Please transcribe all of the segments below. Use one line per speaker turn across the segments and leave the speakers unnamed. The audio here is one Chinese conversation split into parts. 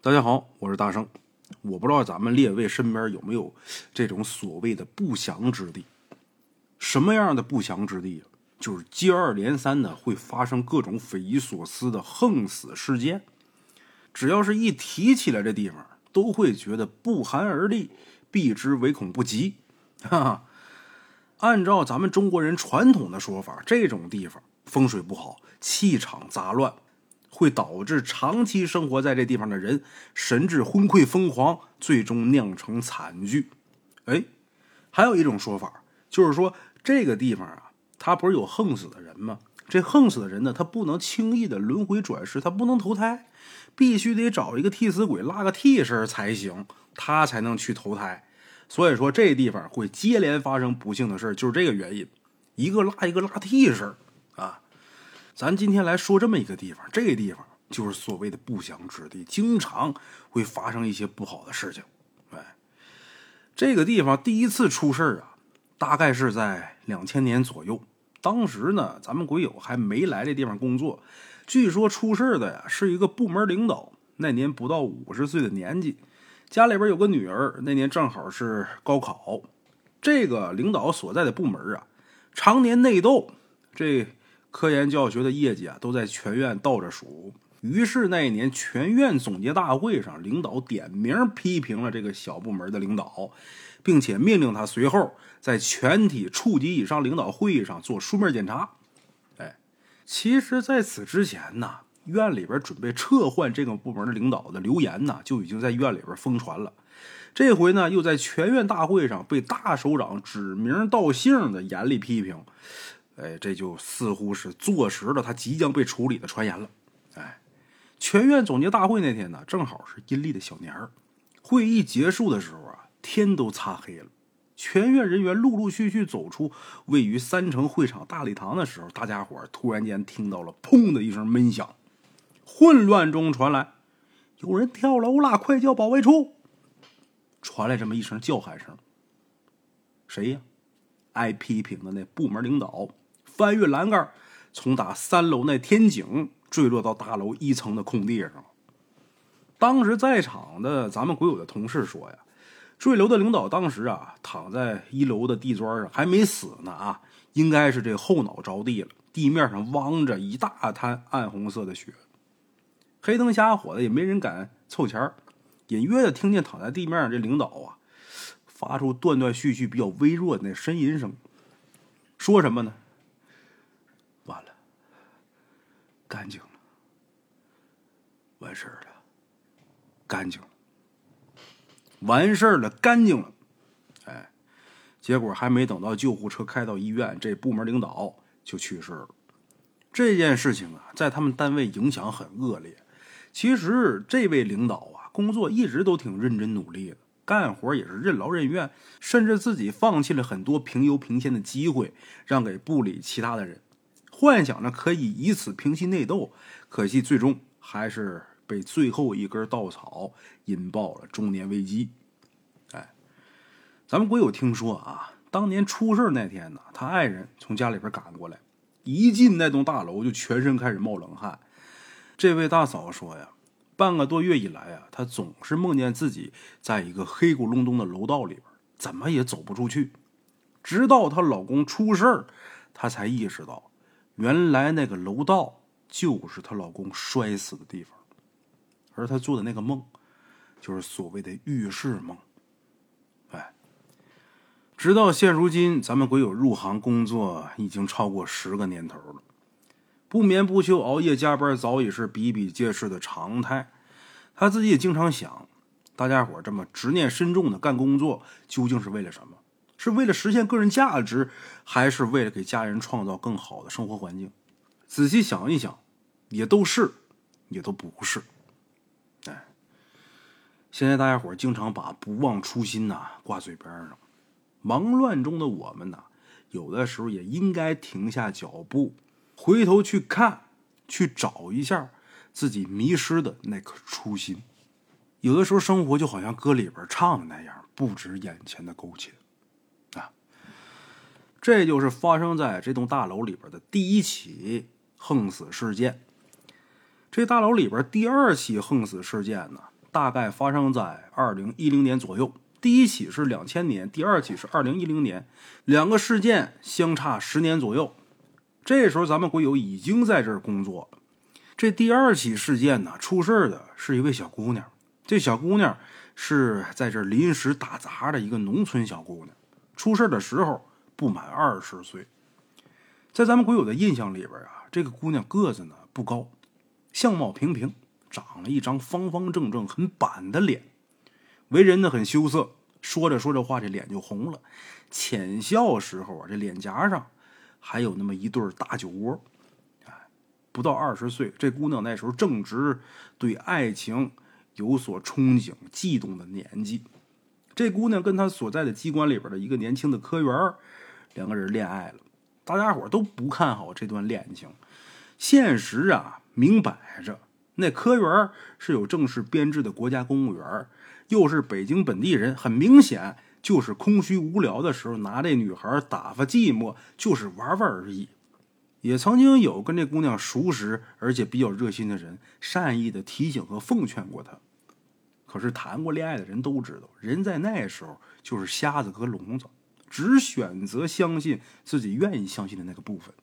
大家好，我是大圣。我不知道咱们列位身边有没有这种所谓的不祥之地。什么样的不祥之地？就是接二连三的会发生各种匪夷所思的横死事件。只要是一提起来这地方，都会觉得不寒而栗，避之唯恐不及。哈哈，按照咱们中国人传统的说法，这种地方风水不好，气场杂乱，会导致长期生活在这地方的人神志昏聩疯狂，最终酿成惨剧。还有一种说法，就是说这个地方啊，他不是有横死的人吗？这横死的人呢，他不能轻易的轮回转世，他不能投胎，必须得找一个替死鬼拉个替身才行，他才能去投胎。所以说这地方会接连发生不幸的事，就是这个原因，一个拉一个拉替身啊。咱今天来说这么一个地方，这个地方就是所谓的不祥之地，经常会发生一些不好的事情。这个地方第一次出事啊，大概是在2000年左右。当时呢，咱们鬼友还没来这地方工作。据说出事的呀是一个部门领导，那年不到50岁的年纪，家里边有个女儿，那年正好是高考。这个领导所在的部门啊，常年内斗，这科研教学的业绩啊都在全院倒着数。于是那一年全院总结大会上，领导点名批评了这个小部门的领导，并且命令他随后在全体处级以上领导会议上做书面检查。其实在此之前呢，院里边准备撤换这个部门的领导的流言呢，就已经在院里边疯传了。这回呢，又在全院大会上被大首长指名道姓的严厉批评。这就似乎是坐实了他即将被处理的传言了。全院总结大会那天呢，正好是阴历的小年儿。会议结束的时候啊，天都擦黑了。全院人员陆陆续续走出位于3层会场大礼堂的时候，大家伙突然间听到了砰的一声闷响，混乱中传来有人跳楼了，快叫保卫处！传来这么一声叫喊声。谁呀？挨批评的那部门领导翻越栏杆，从打3楼那天井坠落到大楼1层的空地上。当时在场的咱们鬼友的同事说呀，坠楼的领导当时啊躺在1楼的地砖上，还没死呢啊，应该是这后脑着地了，地面上汪着一大滩暗红色的血。黑灯瞎火的，也没人敢凑前，隐约的听见躺在地面上这领导啊发出断断续续比较微弱的那呻吟声，说什么呢？完了，干净了，完事儿了，干净了，完事儿了，干净了。结果还没等到救护车开到医院，这部门领导就去世了。这件事情啊，在他们单位影响很恶劣。其实这位领导啊，工作一直都挺认真努力的，干活也是任劳任怨，甚至自己放弃了很多平优平迁的机会，让给部里其他的人，幻想着可以以此平息内斗。可惜最终还是被最后一根稻草引爆了中年危机。咱们鬼友听说啊，当年出事那天呢，他爱人从家里边赶过来，一进那栋大楼就全身开始冒冷汗。这位大嫂说呀，半个多月以来啊，她总是梦见自己在一个黑咕隆咚的楼道里边，怎么也走不出去。直到她老公出事儿，她才意识到，原来那个楼道就是她老公摔死的地方，而她做的那个梦，就是所谓的预示梦。直到现如今，咱们鬼友入行工作已经超过10个年头了，不眠不休熬夜加班早已是比比皆是的常态。他自己也经常想，大家伙这么执念深重的干工作，究竟是为了什么？是为了实现个人价值，还是为了给家人创造更好的生活环境？仔细想一想，也都是，也都不是。现在大家伙经常把不忘初心挂嘴边上。忙乱中的我们有的时候也应该停下脚步，回头去看，去找一下自己迷失的那颗初心。有的时候生活就好像歌里边唱的那样，不止眼前的苟且这就是发生在这栋大楼里边的第1起横死事件。这大楼里边第2起横死事件呢， 大概发生在2010年左右。第一起是2000年，第二起是2010年，两个事件相差10年左右。这时候咱们鬼友已经在这儿工作了。这第二起事件呢，出事的是一位小姑娘。这小姑娘是在这儿临时打杂的一个农村小姑娘，出事的时候不满20岁。在咱们鬼友的印象里边啊，这个姑娘个子呢不高，相貌平平，长了一张方方正正很板的脸，为人呢很羞涩，说着说着话这脸就红了，浅笑时候啊，这脸颊上还有那么一对大酒窝。不到20岁，这姑娘那时候正值对爱情有所憧憬悸动的年纪。这姑娘跟她所在的机关里边的一个年轻的科员，两个人恋爱了。大家伙都不看好这段恋情，现实啊明摆着，那科员是有正式编制的国家公务员，又是北京本地人，很明显就是空虚无聊的时候拿这女孩打发寂寞，就是玩玩而已。也曾经有跟这姑娘熟识而且比较热心的人善意的提醒和奉劝过她，可是谈过恋爱的人都知道，人在那时候就是瞎子和聋子，只选择相信自己愿意相信的那个部分。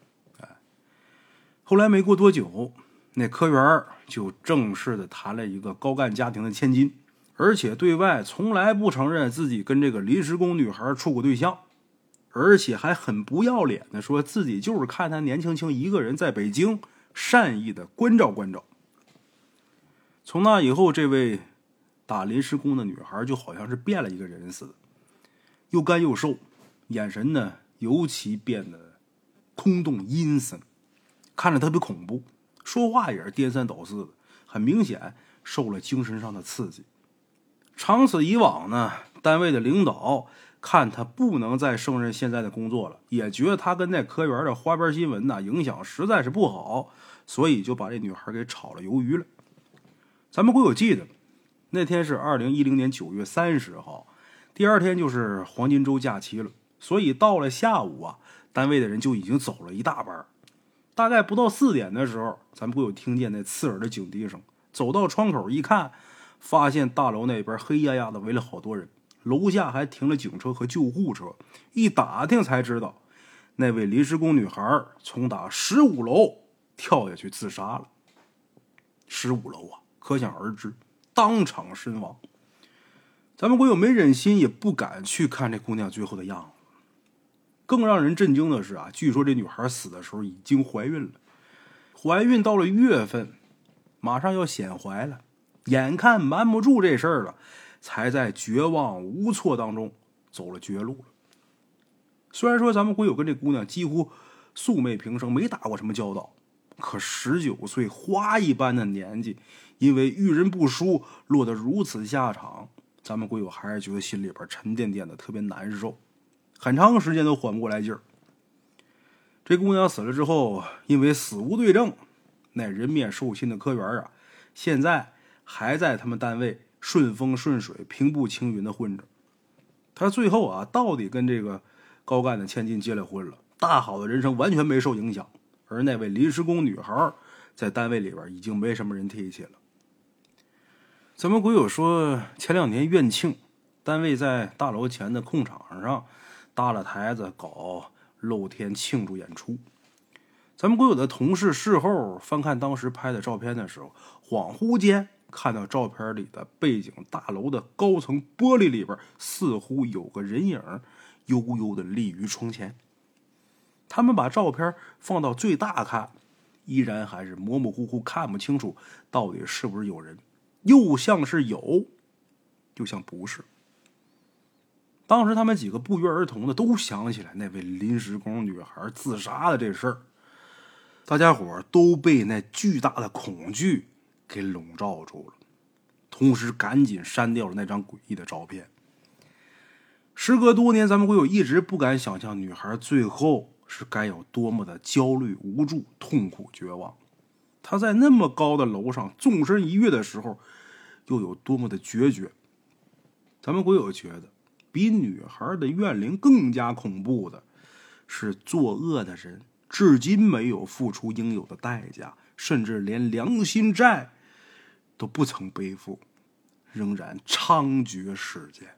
后来没过多久，那科员就正式的谈了一个高干家庭的千金，而且对外从来不承认自己跟这个临时工女孩处过对象，而且还很不要脸的说自己就是看她年轻轻一个人在北京，善意的关照关照。从那以后，这位打临时工的女孩就好像是变了一个人似的，又干又瘦，眼神呢尤其变得空洞阴森，看着特别恐怖，说话也是颠三倒四的，很明显受了精神上的刺激。长此以往呢，单位的领导看他不能再胜任现在的工作了，也觉得他跟那科员的花边新闻呢影响实在是不好，所以就把这女孩给炒了鱿鱼了。咱们鬼友记得那天是2010年9月30号，第二天就是黄金周假期了，所以到了下午啊，单位的人就已经走了一大半。大概不到4点的时候，咱们鬼友听见那刺耳的警笛声，走到窗口一看，发现大楼那边黑压压的围了好多人，楼下还停了警车和救护车。一打听才知道，那位临时工女孩从打15楼跳下去自杀了。15楼啊，可想而知，当场身亡。咱们鬼友没忍心，也不敢去看这姑娘最后的样子。更让人震惊的是啊，据说这女孩死的时候已经怀孕了，怀孕到了月份，马上要显怀了，眼看瞒不住这事儿了，才在绝望无措当中走了绝路了。虽然说咱们鬼友跟这姑娘几乎素昧平生，没打过什么交道，可19岁花一般的年纪，因为遇人不淑落得如此下场，咱们鬼友还是觉得心里边沉甸甸的，特别难受，很长时间都缓不过来劲儿。这姑娘死了之后，因为死无对证，那人面兽心的科员啊，现在还在他们单位顺风顺水、平步青云的混着。他最后啊，到底跟这个高干的千金结了婚了，大好的人生完全没受影响。而那位临时工女孩在单位里边已经没什么人提起了。咱们鬼友说，前2年院庆，单位在大楼前的空场上搭了台子搞露天庆祝演出。咱们鬼友的同事事后翻看当时拍的照片的时候，恍惚间看到照片里的背景大楼的高层玻璃里边似乎有个人影悠悠的立于窗前。他们把照片放到最大看，依然还是模模糊糊，看不清楚到底是不是有人，又像是有，又像不是。当时他们几个不约而同的都想起来那位临时工女孩自杀的这事儿，大家伙都被那巨大的恐惧给笼罩住了，同时赶紧删掉了那张诡异的照片。时隔多年，咱们会有一直不敢想象女孩最后是该有多么的焦虑、无助、痛苦、绝望。她在那么高的楼上纵身一跃的时候，又有多么的决绝。咱们会有觉得，比女孩的怨灵更加恐怖的是作恶的人至今没有付出应有的代价，甚至连良心债都不曾背负。 仍然猖獗世间。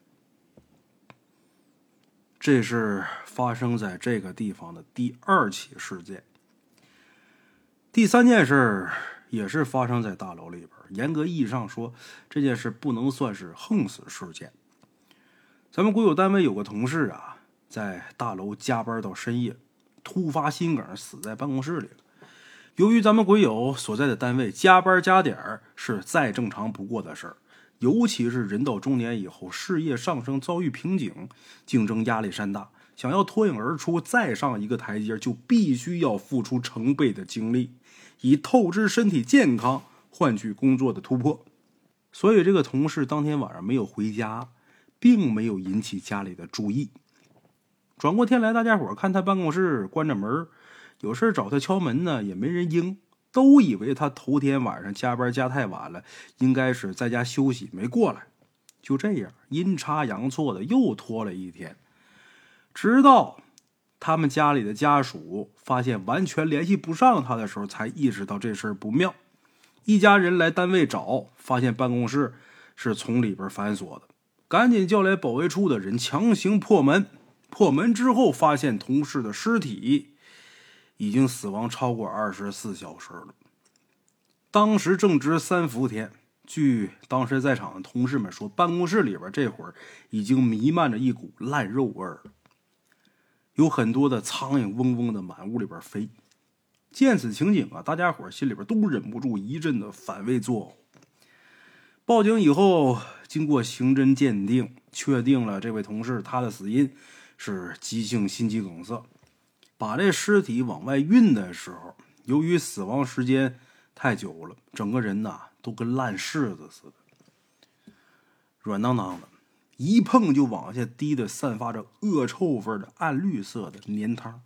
这是发生在这个地方的第2起事件。第3件事也是发生在大楼里边，严格意义上说，这件事不能算是横死事件。咱们国有单位有个同事啊，在大楼加班到深夜，突发心梗死在办公室里了。由于咱们国有所在的单位加班加点是再正常不过的事儿，尤其是人到中年以后，事业上升遭遇瓶颈，竞争压力山大，想要脱颖而出再上一个台阶，就必须要付出成倍的精力，以透支身体健康换取工作的突破。所以这个同事当天晚上没有回家，并没有引起家里的注意。转过天来，大家伙看他办公室关着门，有事找他敲门呢，也没人应，都以为他头天晚上加班加太晚了，应该是在家休息没过来。就这样阴差阳错的又拖了一天，直到他们家里的家属发现完全联系不上他的时候，才意识到这事儿不妙。一家人来单位找，发现办公室是从里边反锁的，赶紧叫来保卫处的人强行破门。破门之后发现同事的尸体已经死亡超过24小时了。当时正值3伏天，据当时在场的同事们说，办公室里边这会儿已经弥漫着一股烂肉味儿了，有很多的苍蝇嗡嗡的满屋里边飞。见此情景啊，大家伙心里边都忍不住一阵的反胃作呕。报警以后，经过刑侦鉴定，确定了这位同事他的死因是急性心肌梗塞。把这尸体往外运的时候，由于死亡时间太久了，整个人呐都跟烂柿子似的，软当当的，一碰就往下滴的散发着恶臭味的暗绿色的粘汤。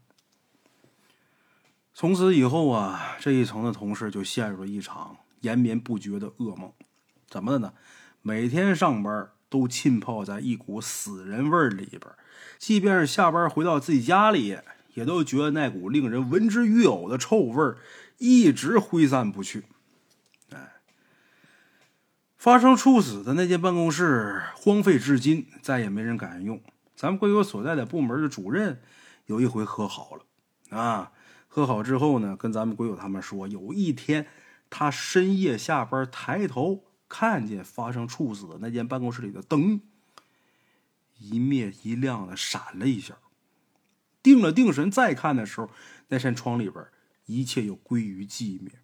从此以后啊，这一层的同事就陷入了一场延绵不绝的噩梦。怎么的呢？每天上班都浸泡在一股死人味里边，即便是下班回到自己家里，也都觉得那股令人闻之欲呕的臭味一直挥散不去。发生猝死的那间办公室荒废至今，再也没人敢用。咱们国有所在的部门的主任有一回和好了啊，和好之后呢，跟咱们国有他们说，有一天他深夜下班抬头看见发生猝死的那间办公室里的灯一灭一亮的闪了一下，定了定神再看的时候，那扇窗里边一切又归于寂灭。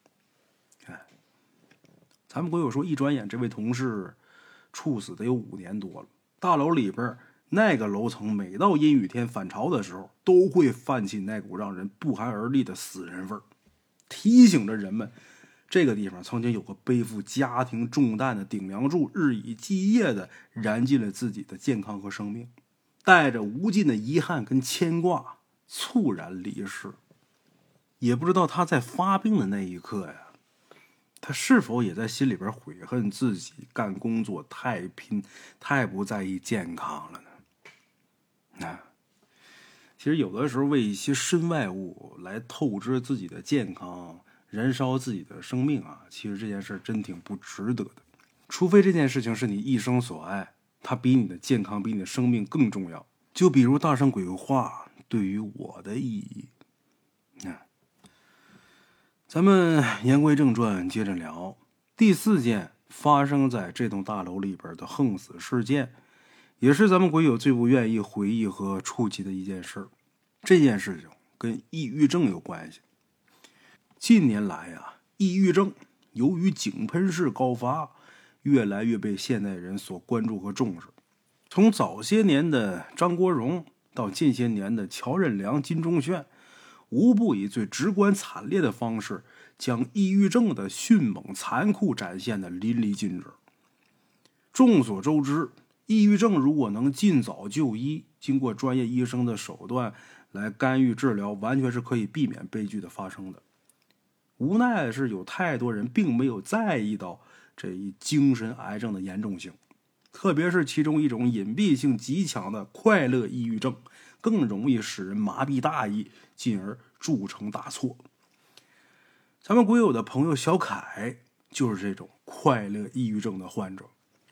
咱们国有说，一转眼这位同事猝死得有5年多了。大楼里边那个楼层，每到阴雨天返潮的时候，都会泛起那股让人不寒而栗的死人味儿，提醒着人们，这个地方曾经有个背负家庭重担的顶梁柱，日以继夜的燃尽了自己的健康和生命，带着无尽的遗憾跟牵挂，猝然离世。也不知道他在发病的那一刻呀，他是否也在心里边悔恨自己干工作太拼，太不在意健康了呢？其实有的时候为一些身外物来透支自己的健康，燃烧自己的生命啊，其实这件事真挺不值得的。除非这件事情是你一生所爱，它比你的健康，比你的生命更重要。就比如大圣鬼话对于我的意义。咱们言归正传，接着聊第4件发生在这栋大楼里边的横死事件，也是咱们国友最不愿意回忆和触及的一件事。这件事情跟抑郁症有关系。近年来啊，抑郁症由于井喷式高发，越来越被现代人所关注和重视。从早些年的张国荣到近些年的乔任梁、金钟铉，无不以最直观惨烈的方式将抑郁症的迅猛残酷展现的淋漓尽致。众所周知，抑郁症如果能尽早就医，经过专业医生的手段来干预治疗，完全是可以避免悲剧的发生的。无奈的是，有太多人并没有在意到这一精神癌症的严重性，特别是其中一种隐蔽性极强的快乐抑郁症，更容易使人麻痹大意，进而铸成大错。咱们国有的朋友小凯就是这种快乐抑郁症的患者。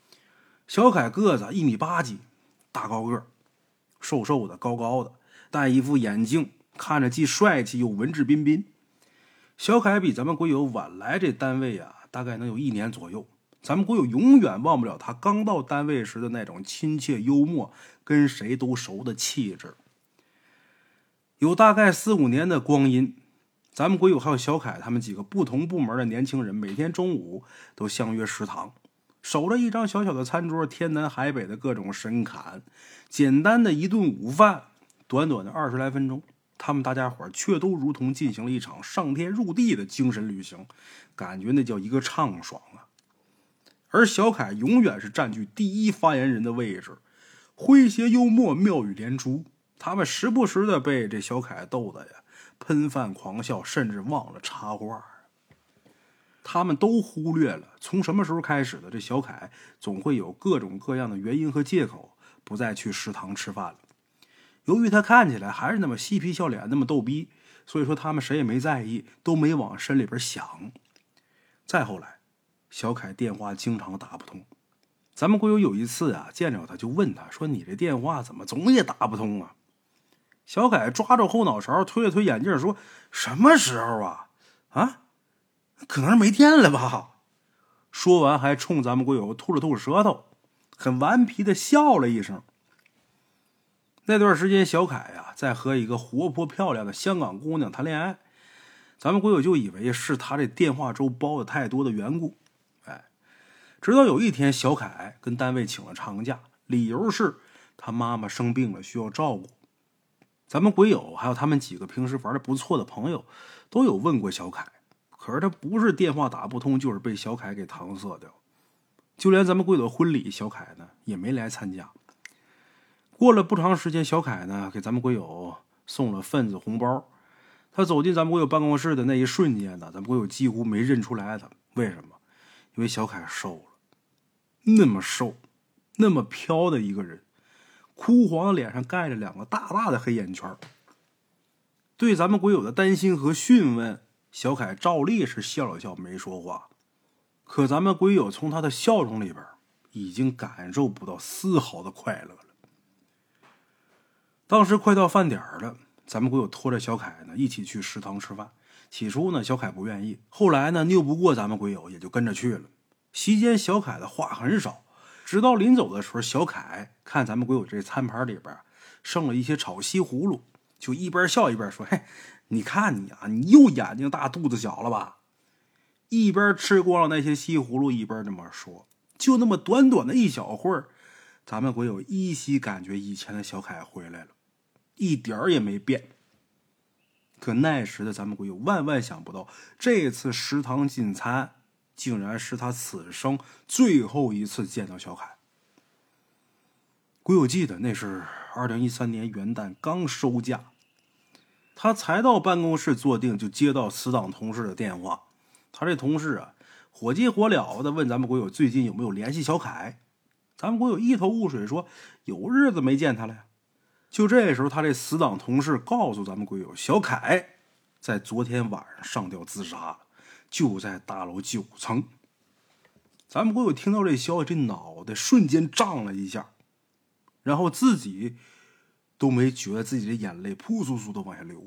小凯个子1.8米，大高个，瘦瘦的，高高的，戴一副眼镜，看着既帅气又文质彬彬。小凯比咱们鬼友晚来这单位啊，大概能有1年左右。咱们鬼友永远忘不了他刚到单位时的那种亲切幽默，跟谁都熟的气质。有大概4、5年的光阴，咱们鬼友还有小凯他们几个不同部门的年轻人，每天中午都相约食堂，守着一张小小的餐桌，天南海北的各种神侃，简单的一顿午饭，短短的20来分钟，他们大家伙却都如同进行了一场上天入地的精神旅行，感觉那叫一个畅爽啊！而小凯永远是占据第一发言人的位置，诙谐幽默，妙语连珠。他们时不时的被这小凯逗得呀喷饭狂笑，甚至忘了插话。他们都忽略了从什么时候开始的，这小凯总会有各种各样的原因和借口不再去食堂吃饭了。由于他看起来还是那么嬉皮笑脸，那么逗逼，所以说他们谁也没在意，都没往心里边想。再后来，小凯电话经常打不通，咱们鬼友有一次啊见着他就问他说：“你这电话怎么总也打不通啊？”小凯抓着后脑勺推了推眼镜说：“什么时候啊？啊，可能是没电了吧？”说完还冲咱们鬼友吐了吐舌头，很顽皮的笑了一声。那段时间小凯呀在和一个活泼漂亮的香港姑娘谈恋爱，咱们鬼友就以为是他这电话粥包的太多的缘故。直到有一天小凯跟单位请了长假，理由是他妈妈生病了需要照顾。咱们鬼友还有他们几个平时玩的不错的朋友都有问过小凯，可是他不是电话打不通，就是被小凯给搪塞掉。就连咱们鬼友的婚礼，小凯呢也没来参加。过了不长时间，小凯呢给咱们鬼友送了份子红包。他走进咱们鬼友办公室的那一瞬间呢，咱们鬼友几乎没认出来他。为什么？因为小凯瘦了，那么瘦，那么飘的一个人，枯黄的脸上盖着2个大大的黑眼圈。对咱们鬼友的担心和询问，小凯照例是笑了笑，没说话。可咱们鬼友从他的笑容里边已经感受不到丝毫的快乐了。当时快到饭点了，咱们鬼友拖着小凯呢一起去食堂吃饭。起初呢小凯不愿意，后来呢拗不过咱们鬼友，也就跟着去了。席间小凯的话很少，直到临走的时候，小凯看咱们鬼友这餐盘里边剩了一些炒西葫芦，就一边笑一边说：“嘿，你看你啊，你又眼睛大肚子小了吧？”一边吃光了那些西葫芦，一边这么说。就那么短短的一小会儿，咱们鬼友依稀感觉以前的小凯回来了，一点儿也没变。可那时的咱们鬼友万万想不到，这次食堂进餐竟然是他此生最后一次见到小凯。鬼友记得那是2013年元旦刚收假，他才到办公室坐定，就接到死党同事的电话。他这同事啊火急火燎的问咱们鬼友最近有没有联系小凯。咱们鬼友一头雾水说有日子没见他了呀。就这时候他这死党同事告诉咱们鬼友，小凯在昨天晚上上吊自杀了，就在大楼9层。咱们鬼友听到这消息，这脑袋瞬间胀了一下，然后自己都没觉得自己的眼泪扑簌簌的往下流。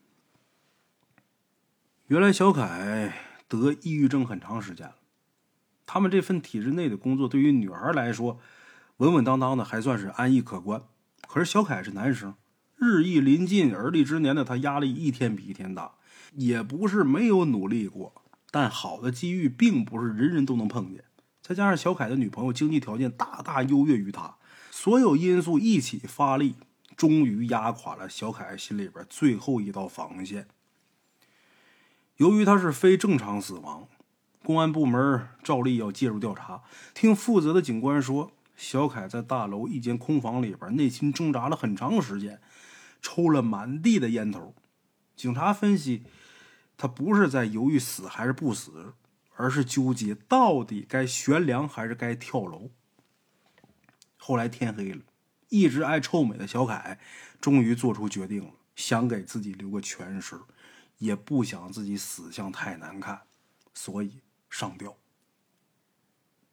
原来小凯得抑郁症很长时间了，他们这份体制内的工作对于女孩来说稳稳当当的，还算是安逸可观。可是小凯是男生，日益临近而立之年的他压力一天比一天大，也不是没有努力过，但好的机遇并不是人人都能碰见。再加上小凯的女朋友经济条件大大优越于他，所有因素一起发力，终于压垮了小凯心里边最后一道防线。由于他是非正常死亡，公安部门照例要介入调查。听负责的警官说，小凯在大楼一间空房里边内心挣扎了很长时间，抽了满地的烟头。警察分析，他不是在犹豫死还是不死，而是纠结到底该悬梁还是该跳楼。后来天黑了，一直爱臭美的小凯终于做出决定了，想给自己留个全尸，也不想自己死相太难看，所以上吊。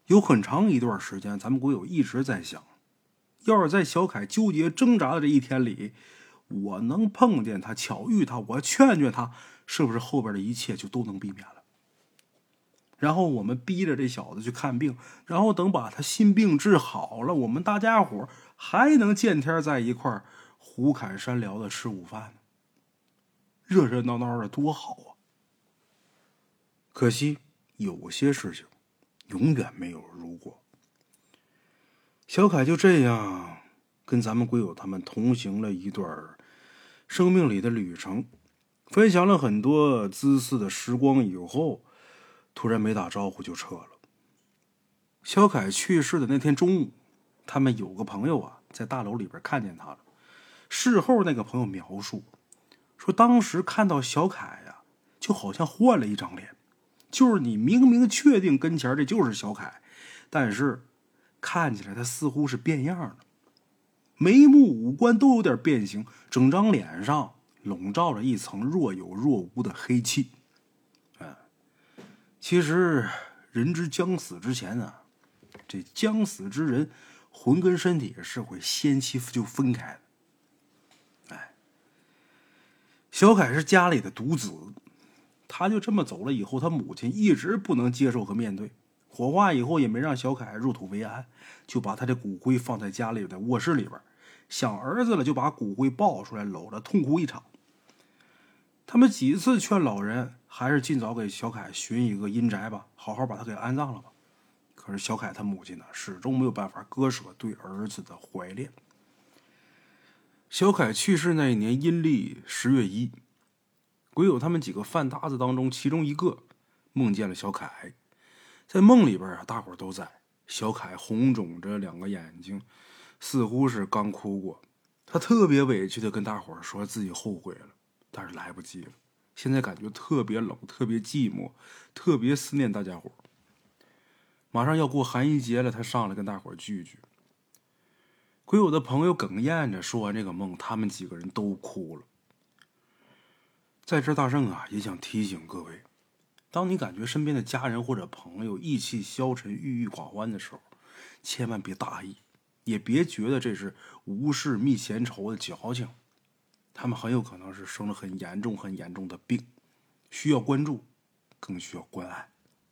有很长一段时间，咱们鬼友一直在想，要是在小凯纠结挣扎的这一天里，我能碰见他，巧遇他，我劝劝他，是不是后边的一切就都能避免了？然后我们逼着这小子去看病，然后等把他心病治好了，我们大家伙还能见天在一块儿胡侃山聊的吃午饭呢，热热闹闹的多好啊！可惜有些事情永远没有如果。小凯就这样跟咱们鬼友他们同行了一段生命里的旅程，分享了很多姿色的时光以后，突然没打招呼就撤了。小凯去世的那天中午，他们有个朋友啊在大楼里边看见他了。事后那个朋友描述说，当时看到小凯呀，就好像换了一张脸，就是你明明确定跟前这就是小凯，但是看起来他似乎是变样了，眉目五官都有点变形，整张脸上笼罩着一层若有若无的黑气。其实人之将死之前啊，这将死之人魂跟身体是会先期就分开的。小凯是家里的独子，他就这么走了以后，他母亲一直不能接受和面对，火化以后也没让小凯入土为安，就把他的骨灰放在家里的卧室里边，想儿子了就把骨灰抱出来搂着痛哭一场。他们几次劝老人还是尽早给小凯寻一个阴宅吧，好好把他给安葬了吧。可是小凯他母亲呢，始终没有办法割舍对儿子的怀恋。小凯去世那一年阴历10月1，鬼友他们几个饭搭子当中，其中一个梦见了小凯。在梦里边啊，大伙都在。小凯红肿着两个眼睛，似乎是刚哭过。他特别委屈的跟大伙说自己后悔了，但是来不及了。现在感觉特别冷，特别寂寞，特别思念大家伙。马上要过寒衣节了，他上来跟大伙聚聚。鬼友的朋友哽咽着说完这个梦，他们几个人都哭了。在这大圣啊，也想提醒各位，当你感觉身边的家人或者朋友意气消沉、郁郁寡欢的时候，千万别大意，也别觉得这是无事觅闲愁的矫情，他们很有可能是生了很严重、很严重的病，需要关注，更需要关爱。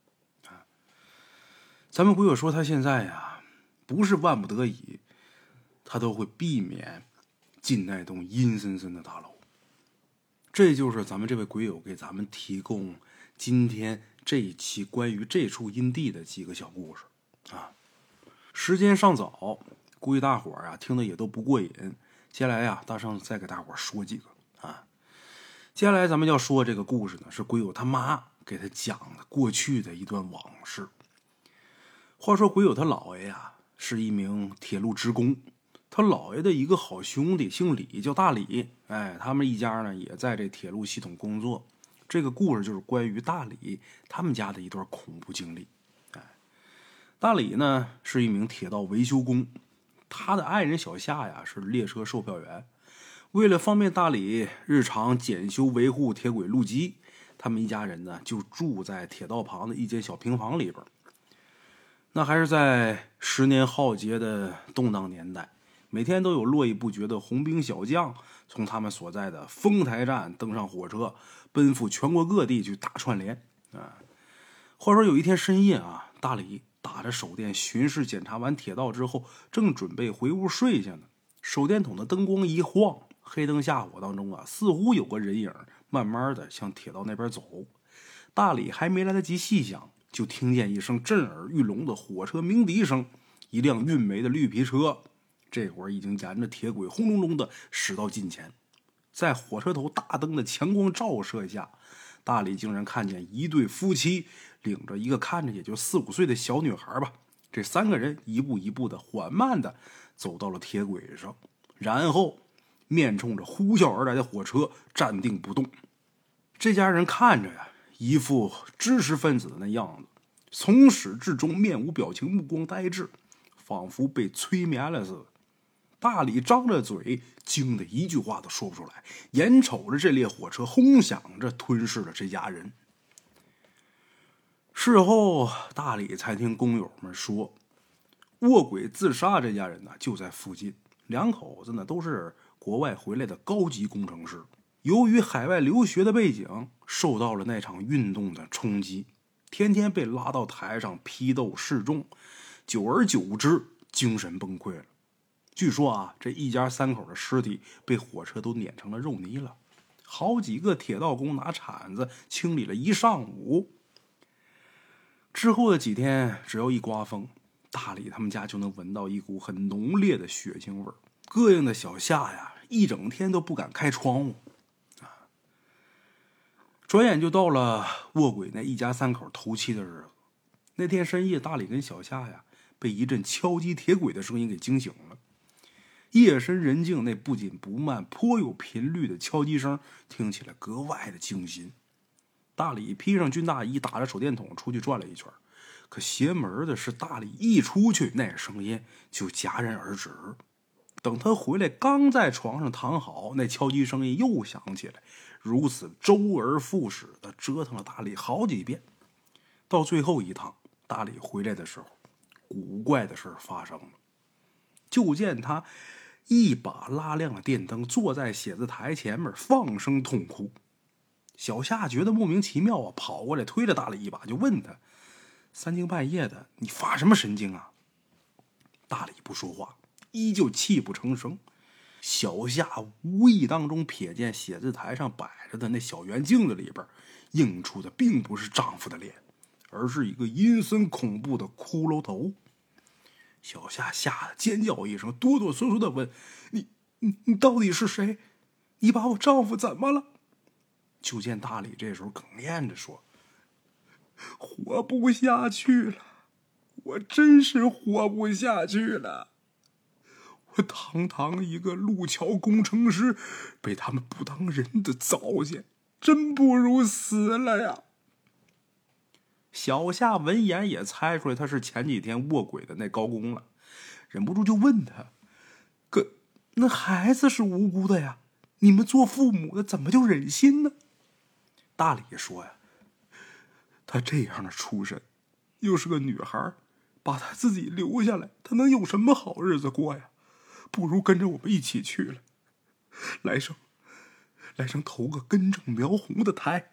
咱们鬼友说他现在呀，不是万不得已，他都会避免进那栋阴森森的大楼。这就是咱们这位鬼友给咱们提供今天这一期关于这处阴地的几个小故事啊。时间尚早，估计大伙儿啊听的也都不过瘾。接下来呀，大圣再给大伙儿说几个啊。接下来咱们要说这个故事呢，是鬼友他妈给他讲的过去的一段往事。话说鬼友他姥爷呀是一名铁路职工，他姥爷的一个好兄弟姓李，叫大李。他们一家呢也在这铁路系统工作。这个故事就是关于大李他们家的一段恐怖经历。大李呢是一名铁道维修工，他的爱人小夏呀是列车售票员。为了方便大李日常检修维护铁轨路基，他们一家人呢就住在铁道旁的一间小平房里边。那还是在10年浩劫的动荡年代，每天都有络绎不绝的红兵小将从他们所在的丰台站登上火车，奔赴全国各地去打串联。话说有一天深夜啊，大李打着手电巡视检查完铁道之后，正准备回屋睡下呢，手电筒的灯光一晃，黑灯瞎火当中啊，似乎有个人影慢慢的向铁道那边走。大李还没来得及细想，就听见一声震耳欲聋的火车鸣笛声，一辆运煤的绿皮车这会儿已经沿着铁轨轰隆隆的驶到近前。在火车头大灯的强光照射下，大李竟然看见一对夫妻领着一个看着也就4、5岁的小女孩吧，这3个人一步一步的缓慢的走到了铁轨上，然后面冲着呼啸而来的火车站定不动。这家人看着呀，一副知识分子的那样子，从始至终面无表情，目光呆滞，仿佛被催眠了似的。大李张着嘴，惊得一句话都说不出来，眼瞅着这列火车轰响着吞噬了这家人。 事后大李才听工友们说，卧轨自杀这家人呢就在附近，两口子呢都是国外回来的高级工程师，由于海外留学的背景，受到了那场运动的冲击，天天被拉到台上批斗示众，久而久之精神崩溃了。据说啊，这一家三口的尸体被火车都碾成了肉泥了，好几个铁道工拿铲子清理了一上午。之后的几天，只要一刮风，大李他们家就能闻到一股很浓烈的血腥味儿，膈应的小夏呀，一整天都不敢开窗户。转眼就到了卧轨那一家三口头七的日子。那天深夜，大李跟小夏呀，被一阵敲击铁轨的声音给惊醒了。夜深人静，那不紧不慢、颇有频率的敲击声听起来格外的惊心。大李披上军大衣，打着手电筒出去转了一圈，可邪门的是，大李一出去，那声音就戛然而止。等他回来，刚在床上躺好，那敲击声音又响起来，如此周而复始的折腾了大李好几遍。到最后一趟，大李回来的时候，古怪的事发生了。就见他一把拉亮了电灯，坐在写字台前面放声痛哭。小夏觉得莫名其妙啊，跑过来推了大李一把，就问他：三更半夜的，你发什么神经啊？大李不说话，依旧泣不成声。小夏无意当中瞥见写字台上摆着的那小圆镜子里边，映出的并不是丈夫的脸，而是一个阴森恐怖的骷髅头。小夏吓得尖叫一声，哆哆嗦嗦的问：你到底是谁？你把我丈夫怎么了？就见大李这时候哽咽着说：活不下去了，我真是活不下去了。我堂堂一个路桥工程师，被他们不当人的糟践，真不如死了呀。小夏闻言也猜出来他是前几天卧轨的那高工了，忍不住就问他：可那孩子是无辜的呀，你们做父母的怎么就忍心呢？大李说呀，她这样的出身，又是个女孩，把她自己留下来，她能有什么好日子过呀？不如跟着我们一起去了，来生投个根正苗红的胎。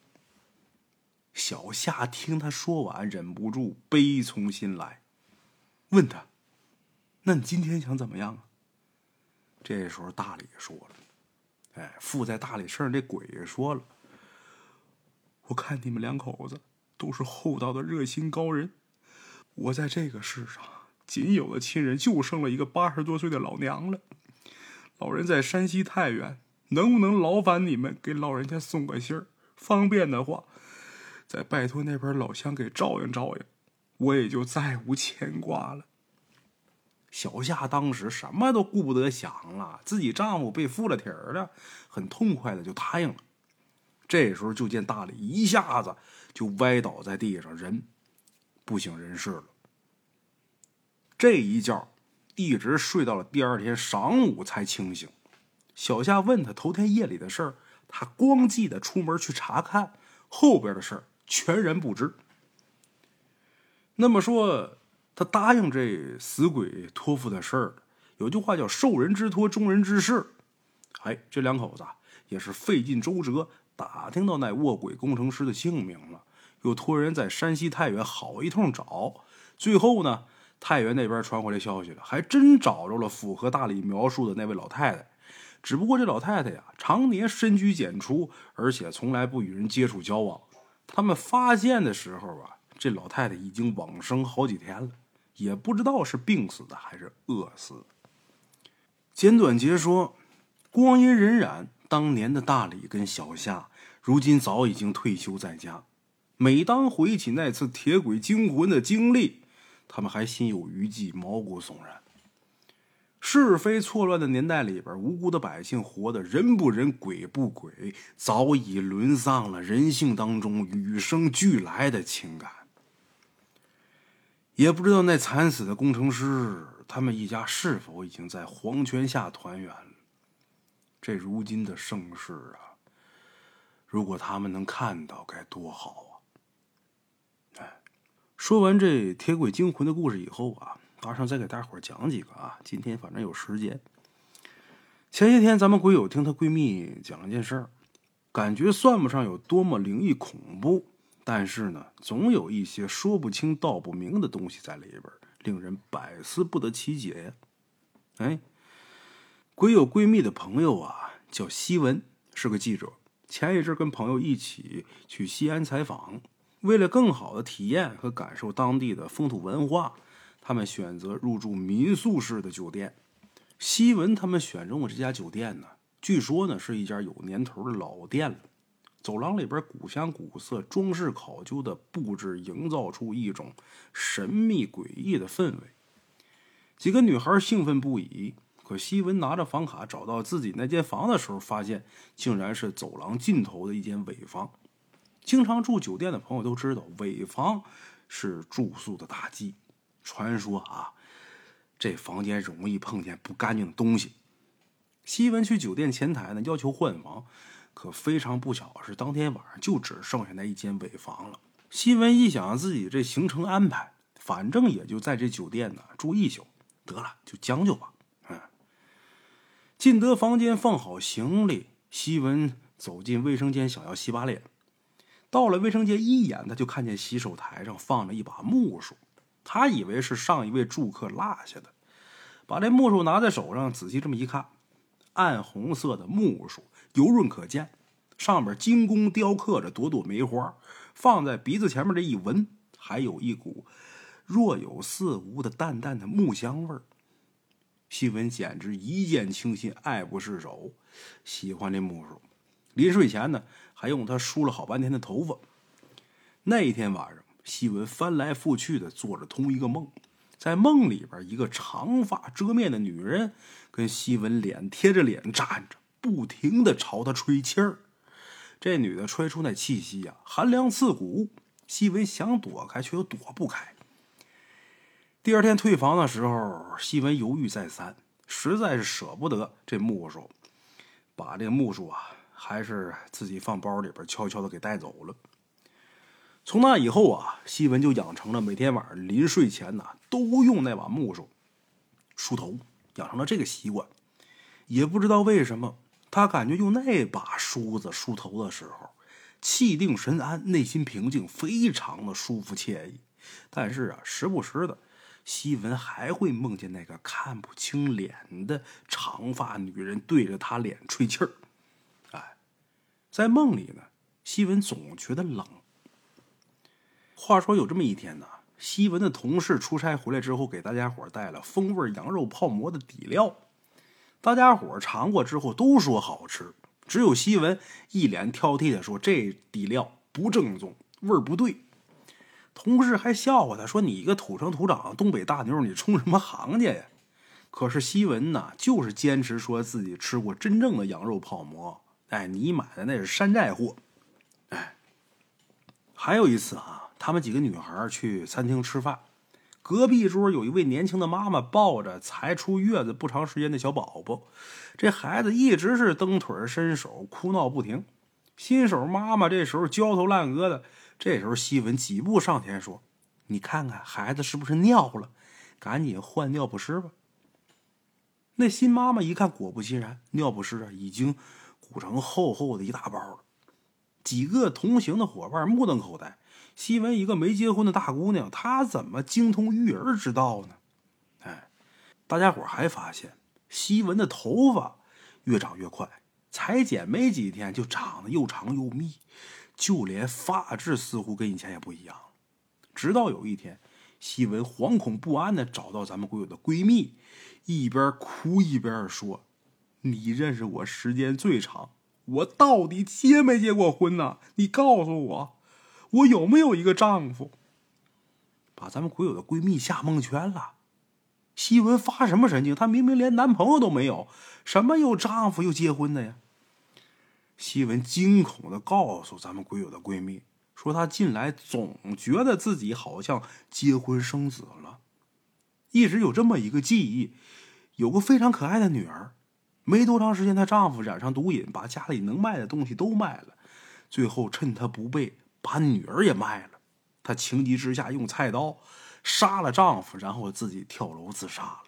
小夏听他说完，忍不住悲从心来，问他：那你今天想怎么样啊？这时候大李说了，附在大李身上这鬼也说了：我看你们两口子都是厚道的热心高人，我在这个世上仅有的亲人就剩了一个80多岁的老娘了。老人在山西太原，能不能劳烦你们给老人家送个信儿？方便的话，再拜托那边老乡给照应照应，我也就再无牵挂了。小夏当时什么都顾不得想了，自己丈夫被附了体儿了，很痛快的就答应了。这时候就见大李一下子就歪倒在地上，人不省人事了。这一觉一直睡到了第二天晌午才清醒。小夏问他头天夜里的事儿，他光记得出门去查看，后边的事儿全然不知。那么说，他答应这死鬼托付的事儿，有句话叫受人之托，忠人之事。这两口子也是费尽周折打听到那卧轨工程师的姓名了，又托人在山西太原好一通找，最后呢，太原那边传回来消息了，还真找着了符合大李描述的那位老太太。只不过这老太太呀，常年深居简出，而且从来不与人接触交往。他们发现的时候啊，这老太太已经往生好几天了，也不知道是病死的还是饿死的。简短截说，光阴荏苒，当年的大李跟小夏如今早已经退休在家。每当回起那次铁轨惊魂的经历，他们还心有余悸，毛骨悚然。是非错乱的年代里边，无辜的百姓活得人不人鬼不鬼，早已沦丧了人性当中与生俱来的情感。也不知道那惨死的工程师，他们一家是否已经在黄泉下团圆了。这如今的盛世啊，如果他们能看到该多好啊！ 说完这铁轨惊魂的故事以后啊，马上再给大伙讲几个啊。今天反正有时间。前些天咱们鬼友听她闺蜜讲了件事儿，感觉算不上有多么灵异恐怖，但是呢，总有一些说不清道不明的东西在里边，令人百思不得其解呀。哎，鬼友闺蜜的朋友啊，叫西文，是个记者。前一阵跟朋友一起去西安采访，为了更好的体验和感受当地的风土文化，他们选择入住民宿式的酒店。西文他们选中的这家酒店呢，据说呢是一家有年头的老店了。走廊里边古香古色、装饰考究的布置，营造出一种神秘诡异的氛围。几个女孩兴奋不已，可西文拿着房卡找到自己那间房的时候，发现竟然是走廊尽头的一间尾房。经常住酒店的朋友都知道，尾房是住宿的大忌。传说啊，这房间容易碰见不干净的东西。西文去酒店前台呢，要求换房，可非常不巧是当天晚上就只剩下那一间尾房了。西文一想自己这行程安排，反正也就在这酒店呢住一宿，得了就将就吧。进得房间放好行李，西文走进卫生间想要洗把脸。到了卫生间一眼，他就看见洗手台上放了一把木梳，他以为是上一位住客落下的，把这木梳拿在手上仔细这么一看，暗红色的木梳油润可见，上面精工雕刻着朵朵梅花，放在鼻子前面这一闻，还有一股若有似无的淡淡的木香味儿。西文简直一见倾心，爱不释手，喜欢这木梳。临睡前呢，还用它梳了好半天的头发。那一天晚上，西文翻来覆去的做着同一个梦，在梦里边，一个长发遮面的女人跟西文脸贴着脸站着，不停的朝他吹气儿。这女的吹出那气息啊，寒凉刺骨。西文想躲开，却又躲不开。第二天退房的时候，西文犹豫再三，实在是舍不得这木梳，把这木梳啊，还是自己放包里边悄悄的给带走了。从那以后啊，西文就养成了每天晚上临睡前呢，都用那把木梳梳头，养成了这个习惯。也不知道为什么，他感觉用那把梳子梳头的时候，气定神安，内心平静，非常的舒服惬意。但是啊，时不时的，西文还会梦见那个看不清脸的长发女人对着他脸吹气儿。在梦里呢，西文总觉得冷。话说有这么一天呢，西文的同事出差回来之后，给大家伙带了风味羊肉泡馍的底料。大家伙尝过之后都说好吃，只有西文一脸挑剔的说这底料不正宗，味儿不对。同事还笑话他说：“你一个土生土长的东北大妞，你冲什么行家呀？”可是西文呢，就是坚持说自己吃过真正的羊肉泡馍。你买的那是山寨货。还有一次啊，他们几个女孩去餐厅吃饭，隔壁桌有一位年轻的妈妈抱着才出月子不长时间的小宝宝，这孩子一直是蹬腿伸手，哭闹不停。新手妈妈这时候焦头烂额的，这时候西文几步上前说：“你看看孩子是不是尿了？赶紧换尿不湿吧。”那新妈妈一看，果不其然，尿不湿啊已经鼓成厚厚的一大包了。几个同行的伙伴目瞪口呆，西文一个没结婚的大姑娘，她怎么精通育儿之道呢？大家伙还发现西文的头发越长越快，才剪没几天就长得又长又密，就连发质似乎跟以前也不一样了。直到有一天，西文惶恐不安的找到咱们鬼友的闺蜜，一边哭一边说：“你认识我时间最长，我到底结没结过婚呢？你告诉我，我有没有一个丈夫？”把咱们鬼友的闺蜜吓蒙圈了。西文发什么神经？她明明连男朋友都没有，什么有丈夫又结婚的呀？西文惊恐的告诉咱们鬼友的闺蜜，说她近来总觉得自己好像结婚生子了，一直有这么一个记忆，有个非常可爱的女儿。没多长时间，她丈夫染上毒瘾，把家里能卖的东西都卖了，最后趁她不备，把女儿也卖了。 她情急之下用菜刀杀了丈夫，然后自己跳楼自杀了。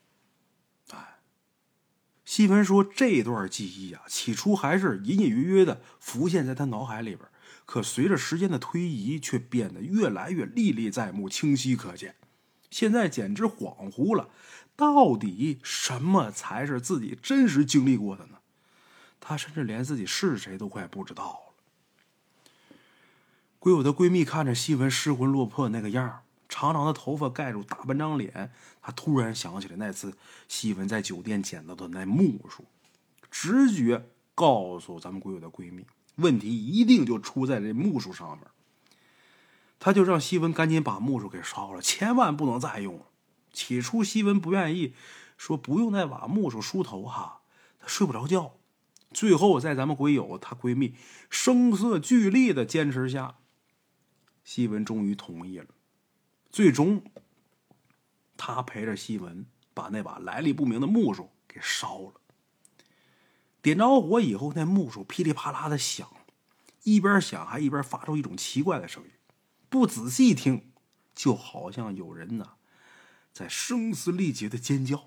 细文说这段记忆啊，起初还是隐隐约约的浮现在他脑海里边，可随着时间的推移，却变得越来越历历在目、清晰可见。现在简直恍惚了，到底什么才是自己真实经历过的呢？她甚至连自己是谁都快不知道了。归友的闺蜜看着细文失魂落魄那个样，长长的头发盖住大半张脸，她突然想起了那次细文在酒店捡到的那木梳，直觉告诉咱们归友的闺蜜，问题一定就出在这木梳上面。她就让细文赶紧把木梳给烧了，千万不能再用了。起初细文不愿意，说不用那把木梳梳头哈，她睡不着觉。最后在咱们归友她闺蜜声色俱厉的坚持下，细文终于同意了。最终她陪着细文把那把来历不明的木梳给烧了。点着火以后，那木梳噼里啪啦的响，一边响还一边发出一种奇怪的声音，不仔细听就好像有人呢在声嘶力竭的尖叫。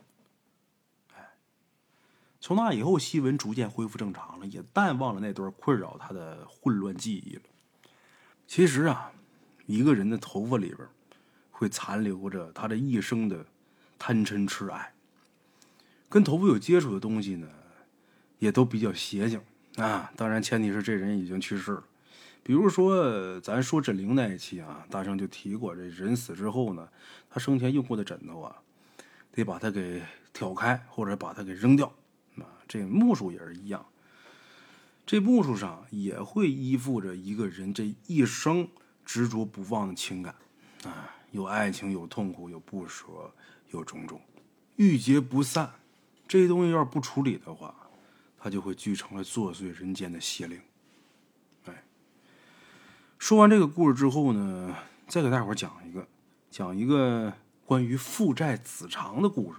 从那以后，细文逐渐恢复正常了，也淡忘了那段困扰他的混乱记忆了。其实啊，一个人的头发里边会残留着他这一生的贪嗔痴爱。跟头发有接触的东西呢，也都比较邪性啊。当然，前提是这人已经去世了。比如说，咱说枕灵那一期啊，大圣就提过，这人死之后呢，他生前用过的枕头啊，得把它给挑开，或者把它给扔掉。这木梳也是一样，这木梳上也会依附着一个人这一生执着不忘的情感啊，有爱情，有痛苦，有不舍，有种种，郁结不散。这东西要是不处理的话，它就会聚成了作祟人间的邪灵。说完这个故事之后呢，再给大伙讲一个关于父债子偿的故事。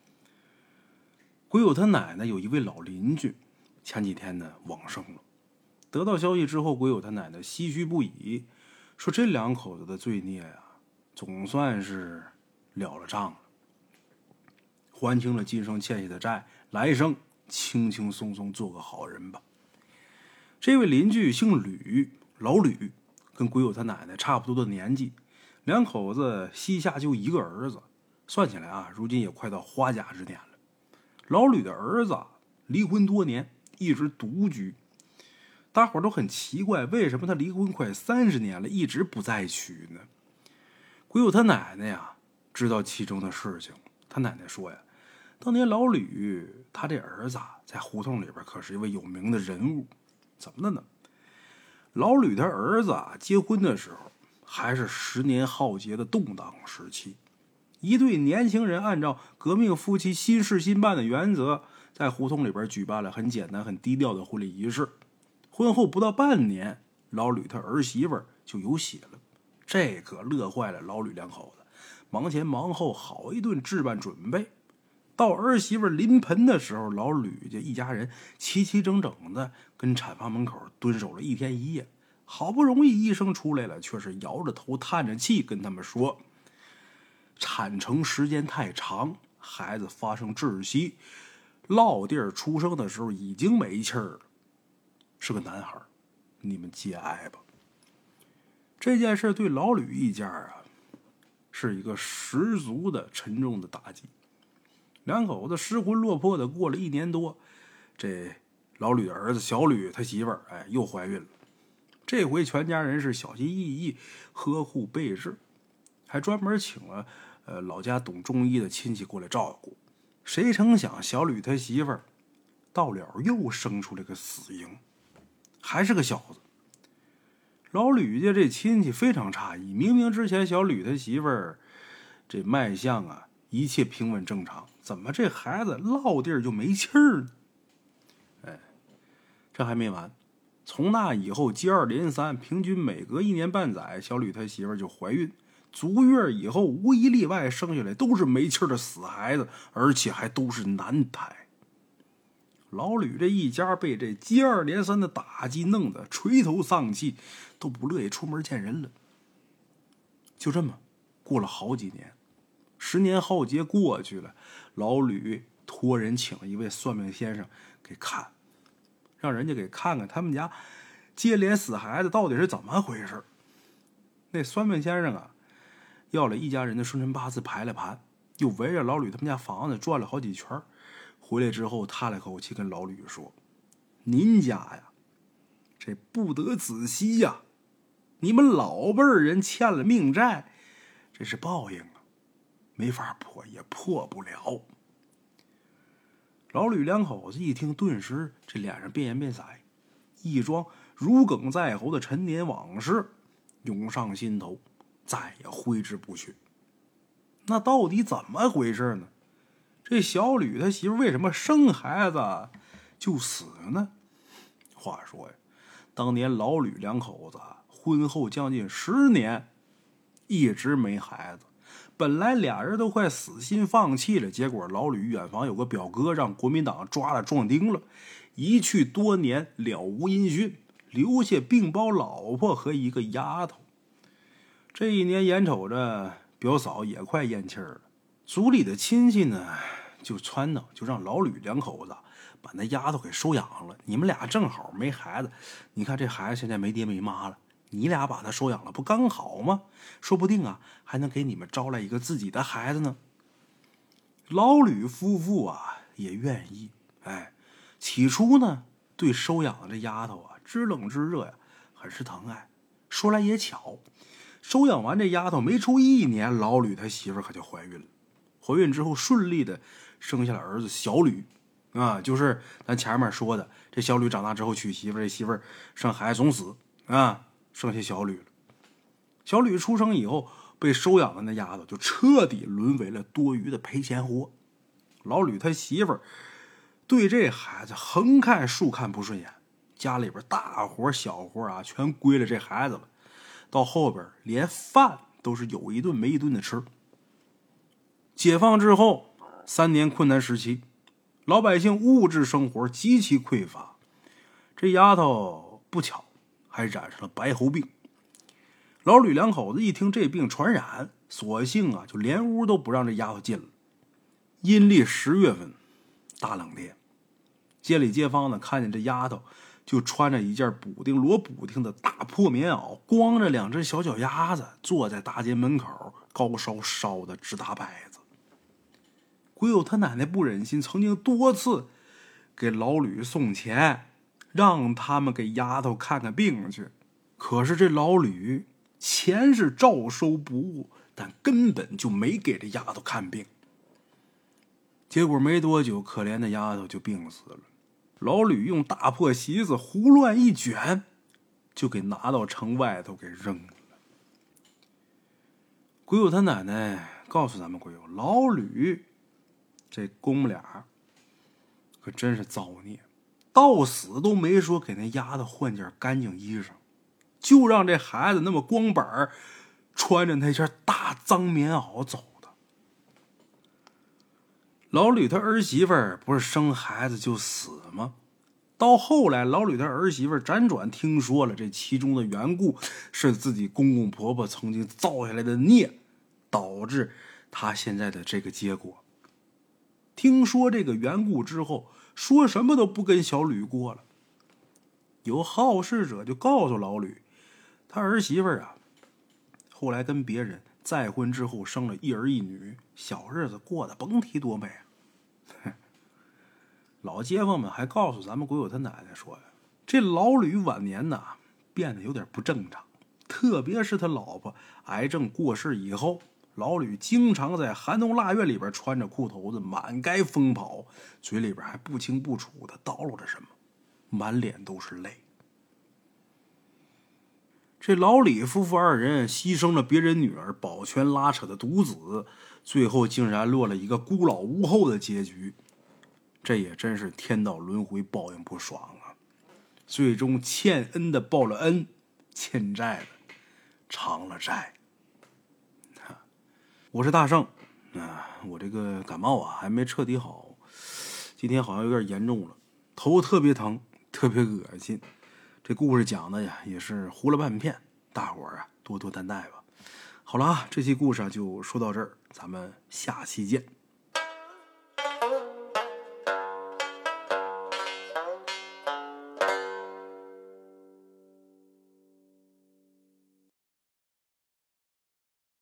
归友他奶奶有一位老邻居，前几天呢往生了。得到消息之后，归友他奶奶唏嘘不已，说这两口子的罪孽呀，总算是了了账了，还清了今生欠下的债，来生轻轻松松做个好人吧。这位邻居姓吕，老吕，跟归友他奶奶差不多的年纪，两口子膝下就一个儿子，算起来啊，如今也快到花甲之年了。老吕的儿子离婚多年，一直独居，大伙都很奇怪，为什么他离婚快30年了，一直不再娶呢？归友他奶奶呀，知道其中的事情。他奶奶说呀，当年老吕他这儿子在胡同里边可是一位有名的人物。怎么的呢？老吕他儿子结婚的时候，还是10年浩劫的动荡时期。一对年轻人按照革命夫妻新事新办的原则，在胡同里边举办了很简单很低调的婚礼仪式。婚后不到半年，老吕他儿媳妇就有喜了，这可乐坏了老吕两口子，忙前忙后好一顿置办准备。到儿媳妇临盆的时候，老吕家一家人齐齐整整的跟产房门口蹲守了1天1夜。好不容易医生出来了，却是摇着头叹着气跟他们说，产程时间太长，孩子发生窒息，落地儿出生的时候已经没气儿了，是个男孩，你们节哀吧。这件事对老吕一家啊，是一个十足的沉重的打击。两口子失魂落魄的过了1年多，这老吕的儿子小吕他媳妇儿又怀孕了。这回全家人是小心翼翼呵护备至，还专门请了老家懂中医的亲戚过来照顾。谁成想小吕他媳妇儿到了又生出了个死婴，还是个小子。老吕家这亲戚非常诧异，明明之前小吕他媳妇儿这脉象啊一切平稳正常，怎么这孩子落地儿就没气儿呢？这还没完，从那以后接二连三，平均每隔1年半载，小吕他媳妇儿就怀孕，足月以后无一例外生下来都是没气儿的死孩子，而且还都是男胎。老吕这一家被这接二连三的打击弄得垂头丧气，都不乐意出门见人了。 就这么过了好几年，10年浩劫过去了，老吕托人请了一位算命先生给看，让人家给看看他们家接连死孩子到底是怎么回事。那算命先生啊，要了一家人的生辰八字排了盘，又围着老吕他们家房子转了好几圈，回来之后叹了口气，跟老吕说：“您家呀，这不得子息呀！你们老辈人欠了命债，这是报应啊，没法破，也破不了。”老吕两口子一听，顿时这脸上变颜变色，一桩如鲠在喉的陈年往事涌上心头，再也挥之不去。那到底怎么回事呢？这小吕他媳妇为什么生孩子就死呢？话说呀，当年老吕两口子婚后将近10年，一直没孩子。本来俩人都快死心放弃了，结果老吕远房有个表哥让国民党抓了壮丁了，一去多年了无音讯，留下病包老婆和一个丫头。这一年眼瞅着表嫂也快咽气儿了，族里的亲戚呢就撺掇，就让老吕两口子把那丫头给收养了。你们俩正好没孩子，你看这孩子现在没爹没妈了，你俩把他收养了不刚好吗？说不定啊还能给你们招来一个自己的孩子呢。老吕夫妇啊也愿意，起初呢对收养的这丫头啊知冷知热呀，很是疼爱。说来也巧，收养完这丫头没出1年，老吕他媳妇可就怀孕了。怀孕之后顺利的生下了儿子小吕啊，就是咱前面说的，这小吕长大之后娶媳妇，这媳妇生孩子总死啊，生下小吕了。小吕出生以后，被收养的那丫头就彻底沦为了多余的赔钱货。老吕他媳妇对这孩子横看竖看不顺眼，家里边大活小活啊全归了这孩子了，到后边连饭都是有一顿没一顿的吃。解放之后3年困难时期，老百姓物质生活极其匮乏，这丫头不巧还染上了白喉病。老吕两口子一听这病传染，索性啊就连屋都不让这丫头进了。阴历10月份，大冷天，街里街坊呢看见这丫头就穿着一件补丁罗补丁的大破棉袄，光着2只小脚丫子，坐在大街门口，高烧烧的直打摆子。鬼友他奶奶不忍心，曾经多次给老吕送钱，让他们给丫头看看病去。可是这老吕钱是照收不误，但根本就没给这丫头看病。结果没多久，可怜的丫头就病死了。老吕用大破席子胡乱一卷，就给拿到城外头给扔了。鬼友他奶奶告诉咱们鬼友，老吕这公母俩可真是造孽，到死都没说给那丫头换件干净衣裳，就让这孩子那么光板穿着那件大脏棉袄走的。老吕他儿媳妇不是生孩子就死吗？到后来老吕他儿媳妇辗转听说了这其中的缘故，是自己公公婆婆曾经造下来的孽，导致他现在的这个结果。听说这个缘故之后，说什么都不跟小吕过了。有好事者就告诉老吕，他儿媳妇啊后来跟别人再婚之后生了1儿1女，小日子过得甭提多美啊。老街坊们还告诉咱们鬼友他奶奶说呀，这老吕晚年呐变得有点不正常，特别是他老婆癌症过世以后，老吕经常在寒冬腊月里边穿着裤头子满街疯跑，嘴里边还不清不楚的叨唠着什么，满脸都是泪。这老李夫妇2人牺牲了别人女儿，保全拉扯的独子，最后竟然落了一个孤老无后的结局。这也真是天道轮回，报应不爽啊！最终欠恩的报了恩，欠债的偿了债。我是大圣我这个感冒啊还没彻底好，今天好像有点严重了，头特别疼，特别恶心。这故事讲的呀也是糊了半片，大伙儿啊多多担待吧。 好了，这期故事就说到这儿，咱们下期见。